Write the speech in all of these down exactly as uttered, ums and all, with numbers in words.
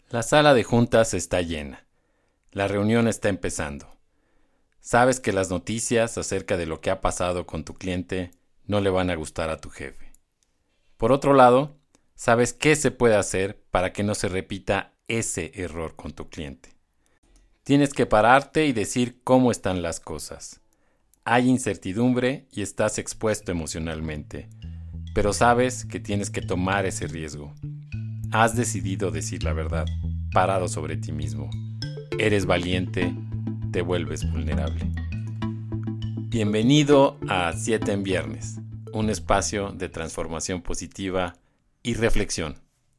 La sala de juntas está llena. La reunión está empezando. Sabes que las noticias acerca de lo que ha pasado con tu cliente no le van a gustar a tu jefe. Por otro lado, sabes qué se puede hacer para que no se repita ese error con tu cliente. Tienes que pararte y decir cómo están las cosas. Hay incertidumbre y estás expuesto emocionalmente, pero sabes que tienes que tomar ese riesgo. Has decidido decir la verdad, parado sobre ti mismo. Eres valiente, te vuelves vulnerable. Bienvenido a siete en Viernes, un espacio de transformación positiva y reflexión.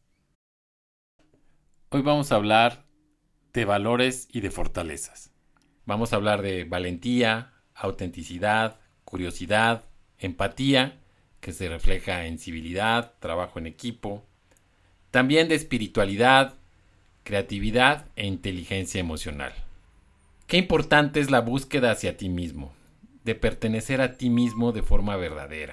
Hoy vamos a hablar de valores y de fortalezas. Vamos a hablar de valentía, autenticidad, curiosidad, empatía, que se refleja en civilidad, trabajo en equipo. También de espiritualidad, creatividad e inteligencia emocional. Qué importante es la búsqueda hacia ti mismo, de pertenecer a ti mismo de forma verdadera.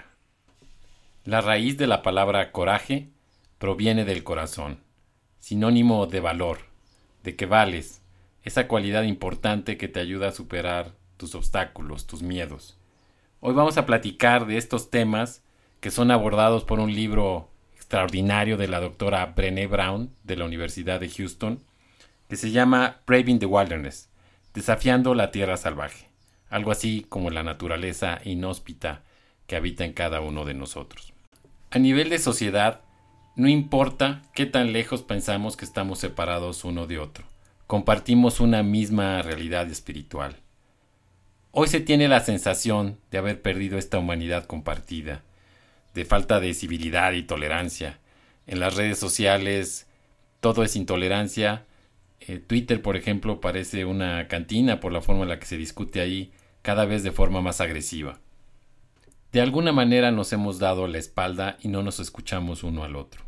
La raíz de la palabra coraje proviene del corazón, sinónimo de valor, de que vales, esa cualidad importante que te ayuda a superar tus obstáculos, tus miedos. Hoy vamos a platicar de estos temas que son abordados por un libro extraordinario de la doctora Brené Brown de la Universidad de Houston, que se llama Braving the Wilderness, desafiando la tierra salvaje, algo así como la naturaleza inhóspita que habita en cada uno de nosotros. A nivel de sociedad, no importa qué tan lejos pensamos que estamos separados uno de otro, compartimos una misma realidad espiritual. Hoy se tiene la sensación de haber perdido esta humanidad compartida, de falta de civilidad y tolerancia. En las redes sociales todo es intolerancia. Eh, Twitter, por ejemplo, parece una cantina por la forma en la que se discute ahí, cada vez de forma más agresiva. De alguna manera nos hemos dado la espalda y no nos escuchamos uno al otro.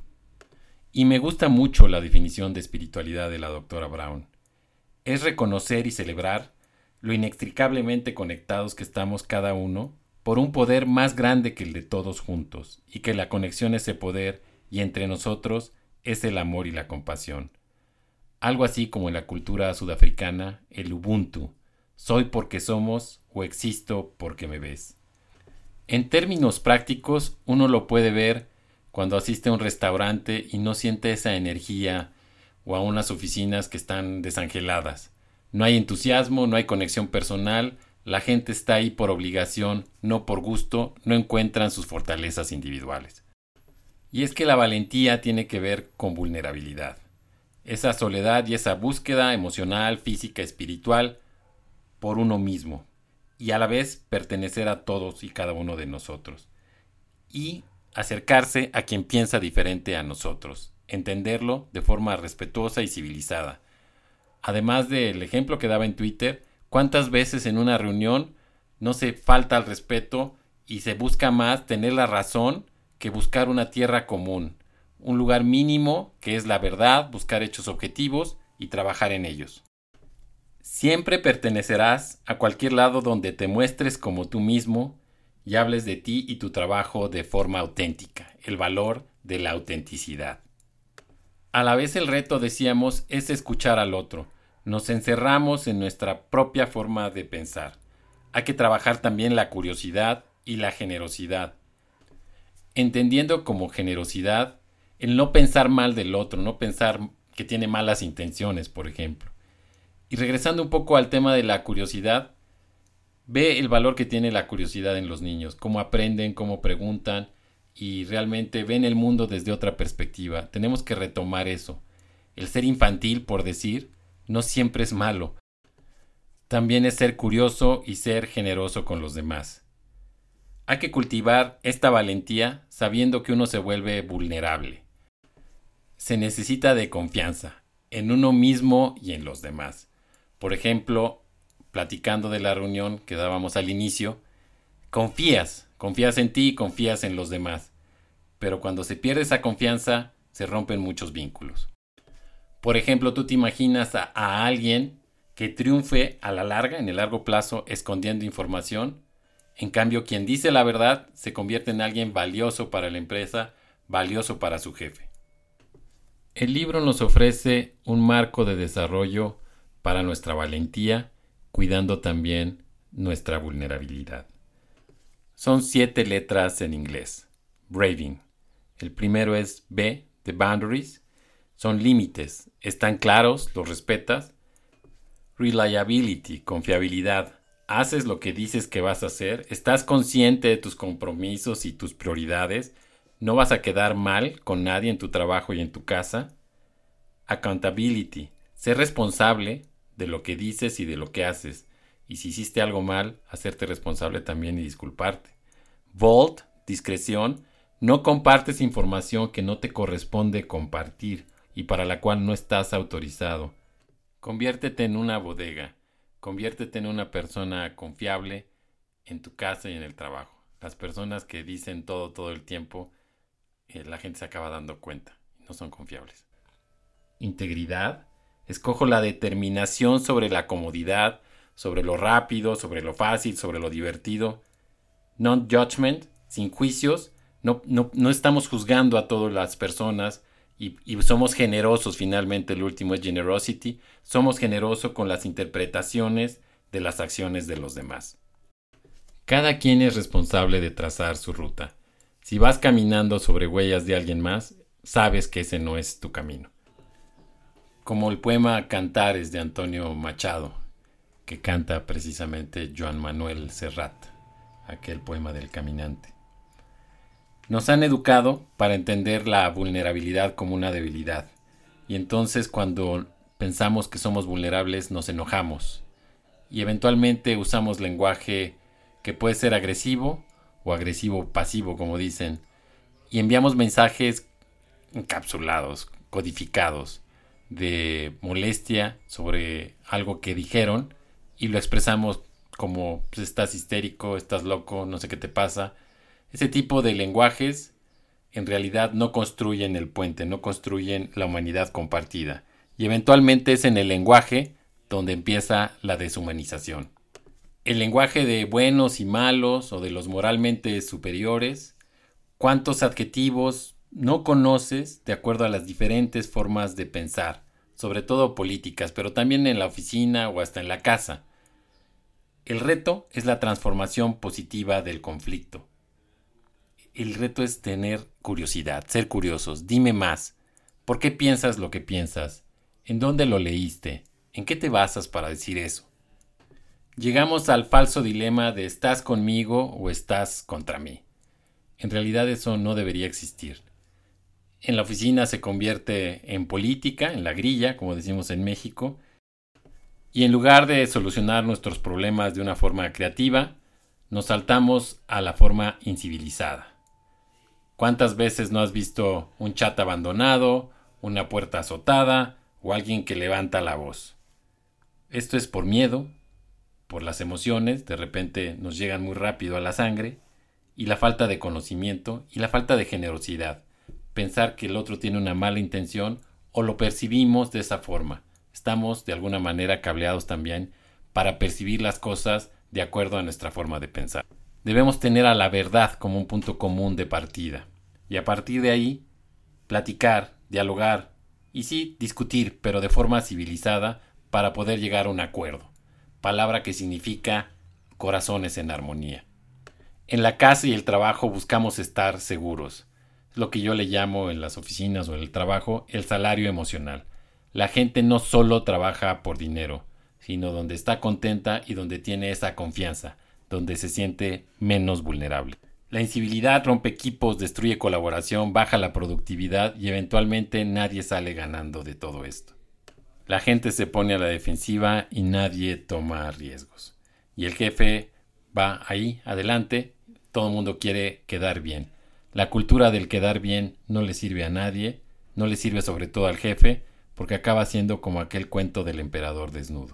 Y me gusta mucho la definición de espiritualidad de la doctora Brown. Es reconocer y celebrar lo inextricablemente conectados que estamos cada uno por un poder más grande que el de todos juntos, y que la conexión a ese poder y entre nosotros es el amor y la compasión. Algo así como en la cultura sudafricana, el Ubuntu, soy porque somos o existo porque me ves. En términos prácticos, uno lo puede ver cuando asiste a un restaurante y no siente esa energía, o a unas oficinas que están desangeladas. No hay entusiasmo, no hay conexión personal. La gente está ahí por obligación, no por gusto, no encuentran sus fortalezas individuales. Y es que la valentía tiene que ver con vulnerabilidad. Esa soledad y esa búsqueda emocional, física, espiritual por uno mismo. Y a la vez pertenecer a todos y cada uno de nosotros. Y acercarse a quien piensa diferente a nosotros. Entenderlo de forma respetuosa y civilizada. Además del ejemplo que daba en Twitter, ¿cuántas veces en una reunión no se falta al respeto y se busca más tener la razón que buscar una tierra común? Un lugar mínimo que es la verdad, buscar hechos objetivos y trabajar en ellos. Siempre pertenecerás a cualquier lado donde te muestres como tú mismo y hables de ti y tu trabajo de forma auténtica, el valor de la autenticidad. A la vez el reto, decíamos, es escuchar al otro. Nos encerramos en nuestra propia forma de pensar. Hay que trabajar también la curiosidad y la generosidad. Entendiendo como generosidad el no pensar mal del otro, no pensar que tiene malas intenciones, por ejemplo. Y regresando un poco al tema de la curiosidad, ve el valor que tiene la curiosidad en los niños, cómo aprenden, cómo preguntan y realmente ven el mundo desde otra perspectiva. Tenemos que retomar eso. El ser infantil, por decir, no siempre es malo. También es ser curioso y ser generoso con los demás. Hay que cultivar esta valentía sabiendo que uno se vuelve vulnerable. Se necesita de confianza en uno mismo y en los demás. Por ejemplo, platicando de la reunión que dábamos al inicio, confías, confías en ti y confías en los demás. Pero cuando se pierde esa confianza, se rompen muchos vínculos. Por ejemplo, tú te imaginas a, a alguien que triunfe a la larga, en el largo plazo, escondiendo información. En cambio, quien dice la verdad se convierte en alguien valioso para la empresa, valioso para su jefe. El libro nos ofrece un marco de desarrollo para nuestra valentía, cuidando también nuestra vulnerabilidad. Son siete letras en inglés. Braving. El primero es B, de boundaries. Son límites. Están claros, los respetas. Reliability, confiabilidad. Haces lo que dices que vas a hacer. Estás consciente de tus compromisos y tus prioridades. No vas a quedar mal con nadie en tu trabajo y en tu casa. Accountability. Ser responsable de lo que dices y de lo que haces. Y si hiciste algo mal, hacerte responsable también y disculparte. Vault. Discreción. No compartes información que no te corresponde compartir y para la cual no estás autorizado. Conviértete en una bodega. Conviértete en una persona confiable en tu casa y en el trabajo. Las personas que dicen todo todo el tiempo, eh, la gente se acaba dando cuenta. No son confiables. Integridad. Escojo la determinación sobre la comodidad, sobre lo rápido, sobre lo fácil, sobre lo divertido. Non-judgment, sin juicios. No, no, no estamos juzgando a todas las personas y, y somos generosos. Finalmente, el último es generosity. Somos generosos con las interpretaciones de las acciones de los demás. Cada quien es responsable de trazar su ruta. Si vas caminando sobre huellas de alguien más, sabes que ese no es tu camino. Como el poema Cantares de Antonio Machado, que canta precisamente Joan Manuel Serrat, aquel poema del caminante. Nos han educado para entender la vulnerabilidad como una debilidad. Y entonces cuando pensamos que somos vulnerables nos enojamos. Y eventualmente usamos lenguaje que puede ser agresivo o agresivo pasivo, como dicen. Y enviamos mensajes encapsulados, codificados, de molestia sobre algo que dijeron. Y lo expresamos como pues, estás histérico, estás loco, no sé qué te pasa. Ese tipo de lenguajes en realidad no construyen el puente, no construyen la humanidad compartida. Y eventualmente es en el lenguaje donde empieza la deshumanización. El lenguaje de buenos y malos o de los moralmente superiores, cuántos adjetivos no conoces de acuerdo a las diferentes formas de pensar, sobre todo políticas, pero también en la oficina o hasta en la casa. El reto es la transformación positiva del conflicto. El reto es tener curiosidad, ser curiosos. Dime más. ¿Por qué piensas lo que piensas? ¿En dónde lo leíste? ¿En qué te basas para decir eso? Llegamos al falso dilema de ¿estás conmigo o estás contra mí? En realidad eso no debería existir. En la oficina se convierte en política, en la grilla, como decimos en México. Y en lugar de solucionar nuestros problemas de una forma creativa, nos saltamos a la forma incivilizada. ¿Cuántas veces no has visto un chat abandonado, una puerta azotada o alguien que levanta la voz? Esto es por miedo, por las emociones, de repente nos llegan muy rápido a la sangre, y la falta de conocimiento y la falta de generosidad. Pensar que el otro tiene una mala intención o lo percibimos de esa forma. Estamos de alguna manera cableados también para percibir las cosas de acuerdo a nuestra forma de pensar. Debemos tener a la verdad como un punto común de partida. Y a partir de ahí, platicar, dialogar y sí, discutir, pero de forma civilizada para poder llegar a un acuerdo. Palabra que significa corazones en armonía. En la casa y el trabajo buscamos estar seguros. Es lo que yo le llamo en las oficinas o en el trabajo el salario emocional. La gente no solo trabaja por dinero, sino donde está contenta y donde tiene esa confianza, donde se siente menos vulnerable. La incivilidad rompe equipos, destruye colaboración, baja la productividad y eventualmente nadie sale ganando de todo esto. La gente se pone a la defensiva y nadie toma riesgos. Y el jefe va ahí, adelante, todo el mundo quiere quedar bien. La cultura del quedar bien no le sirve a nadie, no le sirve sobre todo al jefe, porque acaba siendo como aquel cuento del emperador desnudo.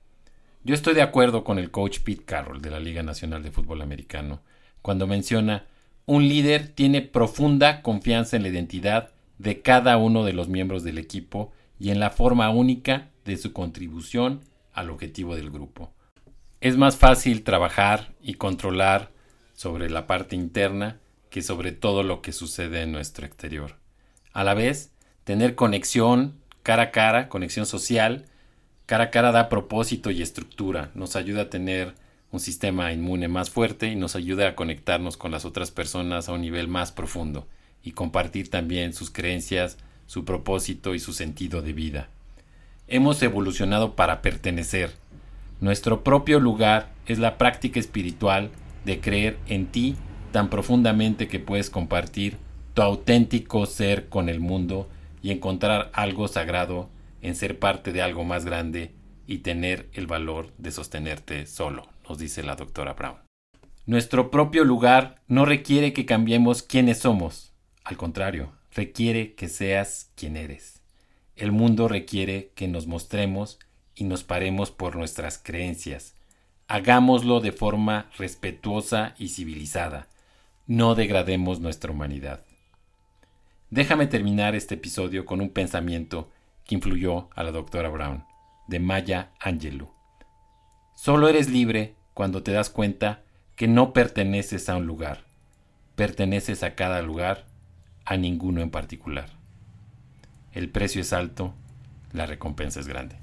Yo estoy de acuerdo con el coach Pete Carroll de la Liga Nacional de Fútbol Americano cuando menciona: un líder tiene profunda confianza en la identidad de cada uno de los miembros del equipo y en la forma única de su contribución al objetivo del grupo. Es más fácil trabajar y controlar sobre la parte interna que sobre todo lo que sucede en nuestro exterior. A la vez, Tener conexión cara a cara, conexión social, cara a cara da propósito y estructura. Nos ayuda a tener un sistema inmune más fuerte y nos ayuda a conectarnos con las otras personas a un nivel más profundo y compartir también sus creencias, su propósito y su sentido de vida. Hemos evolucionado para pertenecer. Nuestro propio lugar es la práctica espiritual de creer en ti tan profundamente que puedes compartir tu auténtico ser con el mundo y encontrar algo sagrado en ser parte de algo más grande y tener el valor de sostenerte solo, nos dice la doctora Brown. Nuestro propio lugar no requiere que cambiemos quiénes somos. Al contrario, requiere que seas quien eres. El mundo requiere que nos mostremos y nos paremos por nuestras creencias. Hagámoslo de forma respetuosa y civilizada. No degrademos nuestra humanidad. Déjame terminar este episodio con un pensamiento que influyó a la doctora Brown, de Maya Angelou. Solo eres libre cuando te das cuenta que no perteneces a un lugar. Perteneces a cada lugar, a ninguno en particular. El precio es alto, la recompensa es grande.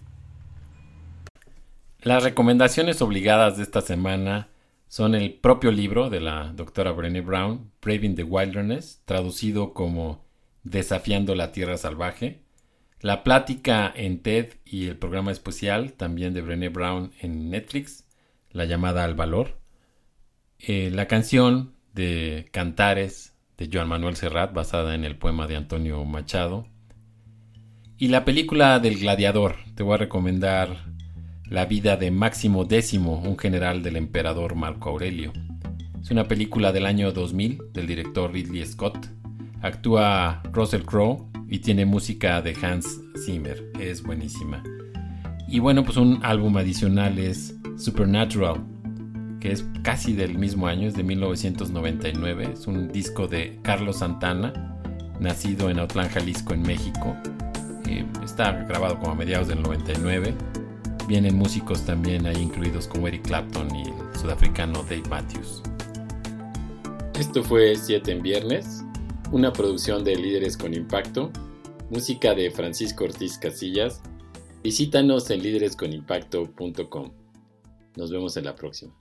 Las recomendaciones obligadas de esta semana son el propio libro de la doctora Brené Brown, Braving the Wilderness, traducido como Desafiando la Tierra Salvaje, la plática en TED y el programa especial también de Brené Brown en Netflix, La llamada al valor, eh, la canción de Cantares de Joan Manuel Serrat basada en el poema de Antonio Machado y la película del Gladiador. Te voy a recomendar La vida de Máximo Décimo, un general del emperador Marco Aurelio. Es una película del año dos mil del director Ridley Scott. Actúa Russell Crowe y tiene música de Hans Zimmer. Es buenísima. Y bueno, pues un álbum adicional es Supernatural, que es casi del mismo año, es de mil novecientos noventa y nueve. Es un disco de Carlos Santana, nacido en Autlán, Jalisco, en México. Eh, está grabado como a mediados del noventa y nueve. Vienen músicos también ahí incluidos como Eric Clapton y el sudafricano Dave Matthews. Esto fue siete en Viernes, una producción de Líderes con Impacto, música de Francisco Ortiz Casillas. Visítanos en líderes con impacto punto com. Nos vemos en la próxima.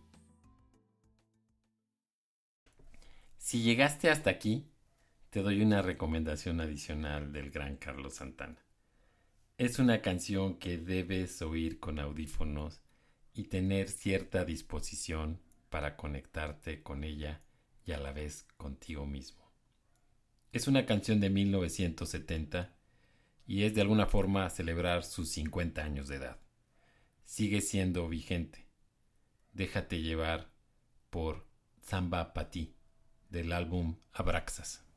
Si llegaste hasta aquí, te doy una recomendación adicional del gran Carlos Santana. Es una canción que debes oír con audífonos y tener cierta disposición para conectarte con ella y a la vez contigo mismo. Es una canción de mil novecientos setenta y es de alguna forma celebrar sus cincuenta años de edad. Sigue siendo vigente. Déjate llevar por Samba Pa' Ti del álbum Abraxas.